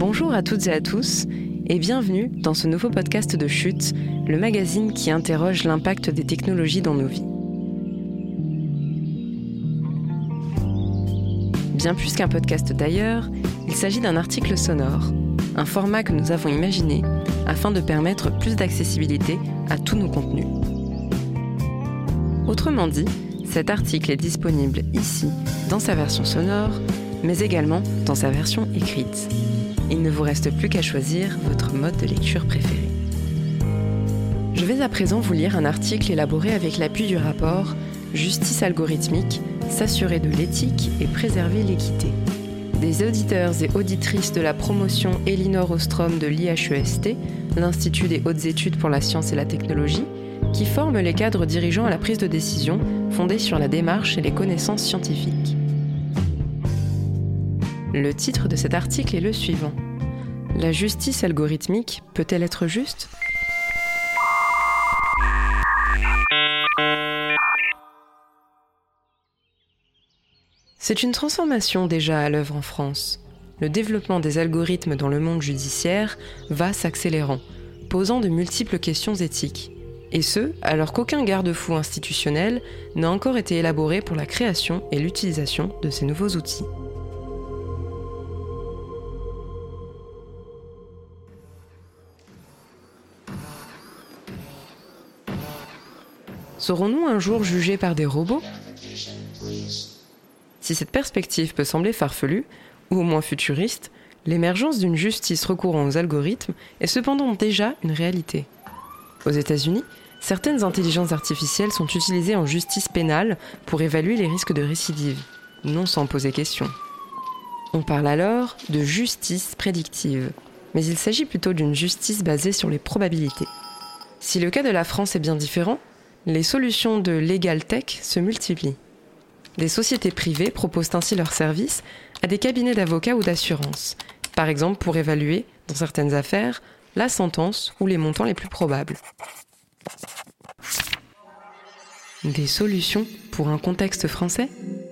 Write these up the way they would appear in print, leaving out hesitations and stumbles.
Bonjour à toutes et à tous et bienvenue dans ce nouveau podcast de Chute, le magazine qui interroge l'impact des technologies dans nos vies. Bien plus qu'un podcast d'ailleurs, il s'agit d'un article sonore, un format que nous avons imaginé afin de permettre plus d'accessibilité à tous nos contenus. Autrement dit, cet article est disponible ici, dans sa version sonore, mais également dans sa version écrite. Il ne vous reste plus qu'à choisir votre mode de lecture préféré. Je vais à présent vous lire un article élaboré avec l'appui du rapport « Justice algorithmique, s'assurer de l'éthique et préserver l'équité » des auditeurs et auditrices de la promotion Elinor Ostrom de l'IHEST, l'Institut des hautes études pour la science et la technologie, qui forme les cadres dirigeants à la prise de décision fondée sur la démarche et les connaissances scientifiques. Le titre de cet article est le suivant. La justice algorithmique peut-elle être juste ? C'est une transformation déjà à l'œuvre en France. Le développement des algorithmes dans le monde judiciaire va s'accélérant, posant de multiples questions éthiques. Et ce, alors qu'aucun garde-fou institutionnel n'a encore été élaboré pour la création et l'utilisation de ces nouveaux outils. Serons-nous un jour jugés par des robots ? Si cette perspective peut sembler farfelue, ou au moins futuriste, l'émergence d'une justice recourant aux algorithmes est cependant déjà une réalité. Aux États-Unis, certaines intelligences artificielles sont utilisées en justice pénale pour évaluer les risques de récidive, non sans poser question. On parle alors de justice prédictive, mais il s'agit plutôt d'une justice basée sur les probabilités. Si le cas de la France est bien différent, les solutions de Legal Tech se multiplient. Des sociétés privées proposent ainsi leurs services à des cabinets d'avocats ou d'assurance, par exemple pour évaluer, dans certaines affaires, la sentence ou les montants les plus probables. Des solutions pour un contexte français ?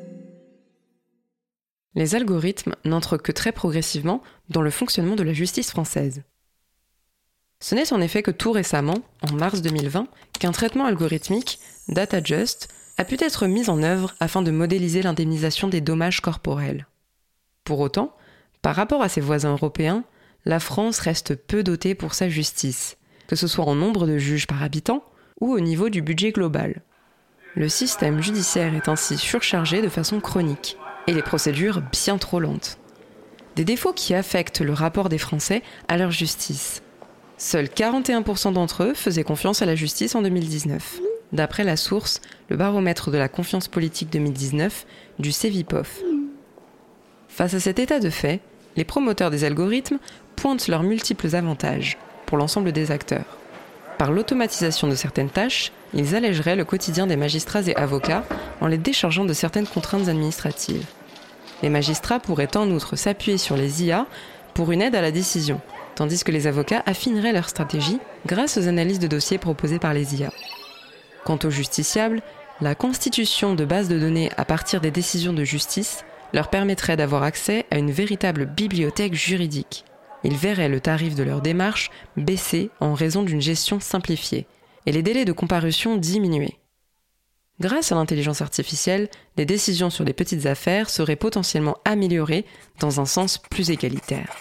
Les algorithmes n'entrent que très progressivement dans le fonctionnement de la justice française. Ce n'est en effet que tout récemment, en mars 2020, qu'un traitement algorithmique, DataJust, a pu être mis en œuvre afin de modéliser l'indemnisation des dommages corporels. Pour autant, par rapport à ses voisins européens, la France reste peu dotée pour sa justice, que ce soit en nombre de juges par habitant ou au niveau du budget global. Le système judiciaire est ainsi surchargé de façon chronique, et les procédures bien trop lentes. Des défauts qui affectent le rapport des Français à leur justice. Seuls 41% d'entre eux faisaient confiance à la justice en 2019, d'après la source, le baromètre de la confiance politique 2019 du Cevipof. Face à cet état de fait, les promoteurs des algorithmes pointent leurs multiples avantages pour l'ensemble des acteurs. Par l'automatisation de certaines tâches, ils allègeraient le quotidien des magistrats et avocats en les déchargeant de certaines contraintes administratives. Les magistrats pourraient en outre s'appuyer sur les IA pour une aide à la décision, tandis que les avocats affineraient leur stratégie grâce aux analyses de dossiers proposées par les IA. Quant aux justiciables, la constitution de bases de données à partir des décisions de justice leur permettrait d'avoir accès à une véritable bibliothèque juridique. Ils verraient le tarif de leur démarche baisser en raison d'une gestion simplifiée et les délais de comparution diminuer. Grâce à l'intelligence artificielle, les décisions sur les petites affaires seraient potentiellement améliorées dans un sens plus égalitaire.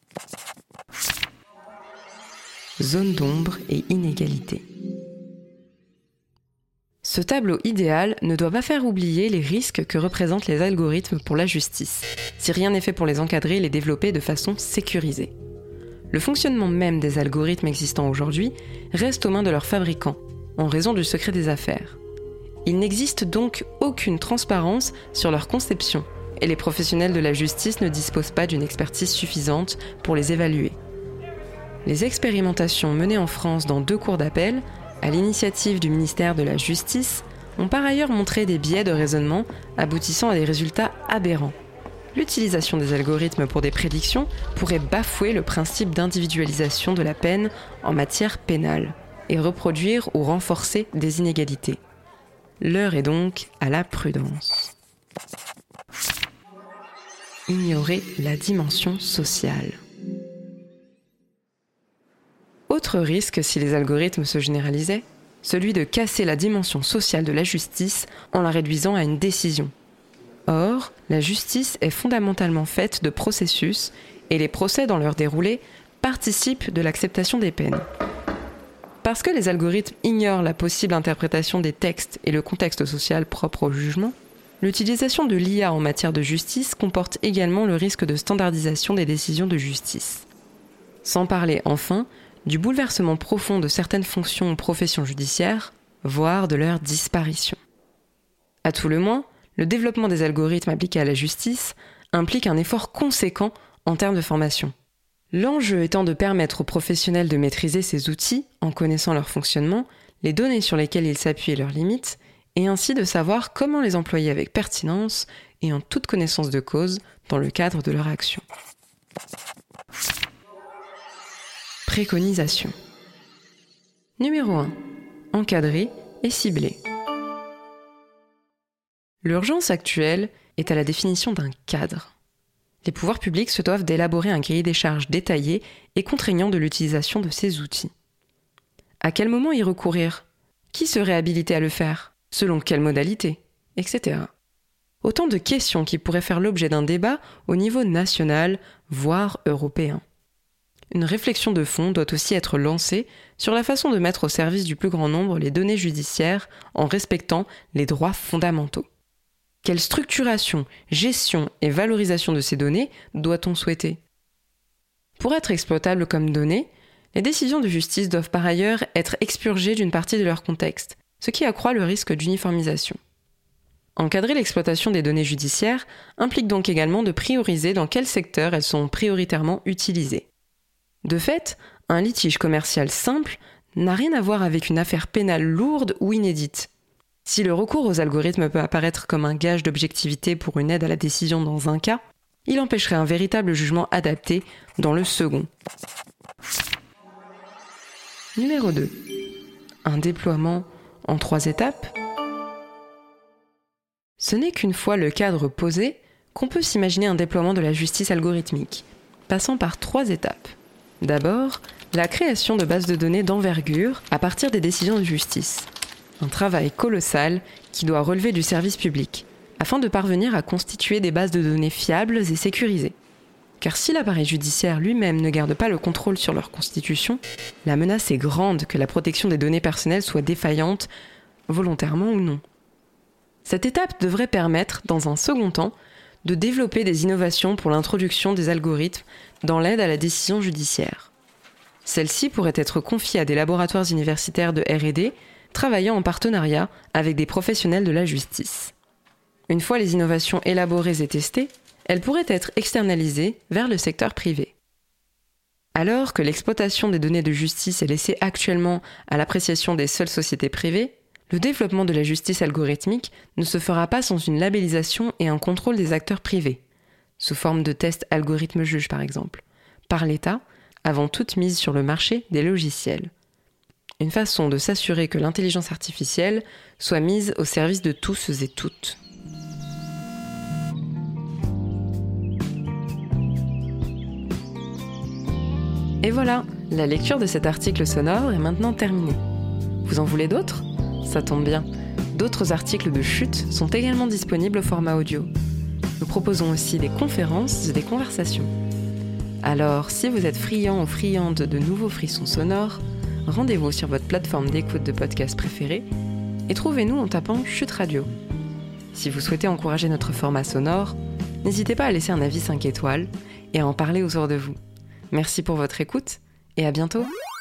Zone d'ombre et inégalité. Ce tableau idéal ne doit pas faire oublier les risques que représentent les algorithmes pour la justice, si rien n'est fait pour les encadrer et les développer de façon sécurisée. Le fonctionnement même des algorithmes existants aujourd'hui reste aux mains de leurs fabricants, en raison du secret des affaires. Il n'existe donc aucune transparence sur leur conception, et les professionnels de la justice ne disposent pas d'une expertise suffisante pour les évaluer. Les expérimentations menées en France dans 2 cours d'appel, à l'initiative du ministère de la Justice, ont par ailleurs montré des biais de raisonnement aboutissant à des résultats aberrants. L'utilisation des algorithmes pour des prédictions pourrait bafouer le principe d'individualisation de la peine en matière pénale et reproduire ou renforcer des inégalités. L'heure est donc à la prudence. Ignorer la dimension sociale. Autre risque si les algorithmes se généralisaient, celui de casser la dimension sociale de la justice en la réduisant à une décision. Or, la justice est fondamentalement faite de processus et les procès dans leur déroulé participent de l'acceptation des peines. Parce que les algorithmes ignorent la possible interprétation des textes et le contexte social propre au jugement, l'utilisation de l'IA en matière de justice comporte également le risque de standardisation des décisions de justice. Sans parler, enfin, du bouleversement profond de certaines fonctions ou professions judiciaires, voire de leur disparition. À tout le moins, le développement des algorithmes appliqués à la justice implique un effort conséquent en termes de formation. L'enjeu étant de permettre aux professionnels de maîtriser ces outils en connaissant leur fonctionnement, les données sur lesquelles ils s'appuient et leurs limites, et ainsi de savoir comment les employer avec pertinence et en toute connaissance de cause dans le cadre de leur action. Préconisation. Numéro 1. Encadrer et cibler. L'urgence actuelle est à la définition d'un cadre. Les pouvoirs publics se doivent d'élaborer un cahier des charges détaillé et contraignant de l'utilisation de ces outils. À quel moment y recourir ? Qui serait habilité à le faire ? Selon quelle modalité ? Etc. Autant de questions qui pourraient faire l'objet d'un débat au niveau national, voire européen. Une réflexion de fond doit aussi être lancée sur la façon de mettre au service du plus grand nombre les données judiciaires en respectant les droits fondamentaux. Quelle structuration, gestion et valorisation de ces données doit-on souhaiter ? Pour être exploitables comme données, les décisions de justice doivent par ailleurs être expurgées d'une partie de leur contexte, ce qui accroît le risque d'uniformisation. Encadrer l'exploitation des données judiciaires implique donc également de prioriser dans quel secteur elles sont prioritairement utilisées. De fait, un litige commercial simple n'a rien à voir avec une affaire pénale lourde ou inédite. Si le recours aux algorithmes peut apparaître comme un gage d'objectivité pour une aide à la décision dans un cas, il empêcherait un véritable jugement adapté dans le second. Numéro 2. Un déploiement en 3 étapes. Ce n'est qu'une fois le cadre posé qu'on peut s'imaginer un déploiement de la justice algorithmique, passant par 3 étapes. D'abord, la création de bases de données d'envergure à partir des décisions de justice. Un travail colossal qui doit relever du service public, afin de parvenir à constituer des bases de données fiables et sécurisées. Car si l'appareil judiciaire lui-même ne garde pas le contrôle sur leur constitution, la menace est grande que la protection des données personnelles soit défaillante, volontairement ou non. Cette étape devrait permettre, dans un second temps, de développer des innovations pour l'introduction des algorithmes dans l'aide à la décision judiciaire. Celle-ci pourrait être confiée à des laboratoires universitaires de R&D travaillant en partenariat avec des professionnels de la justice. Une fois les innovations élaborées et testées, elles pourraient être externalisées vers le secteur privé. Alors que l'exploitation des données de justice est laissée actuellement à l'appréciation des seules sociétés privées, le développement de la justice algorithmique ne se fera pas sans une labellisation et un contrôle des acteurs privés, sous forme de tests algorithmes juges par exemple, par l'État, avant toute mise sur le marché des logiciels. Une façon de s'assurer que l'intelligence artificielle soit mise au service de tous et toutes. Et voilà, la lecture de cet article sonore est maintenant terminée. Vous en voulez d'autres ? Ça tombe bien. D'autres articles de Chute sont également disponibles au format audio. Nous proposons aussi des conférences et des conversations. Alors, si vous êtes friand ou friande de nouveaux frissons sonores, rendez-vous sur votre plateforme d'écoute de podcast préférée et trouvez-nous en tapant Chute Radio. Si vous souhaitez encourager notre format sonore, n'hésitez pas à laisser un avis 5 étoiles et à en parler autour de vous. Merci pour votre écoute et à bientôt.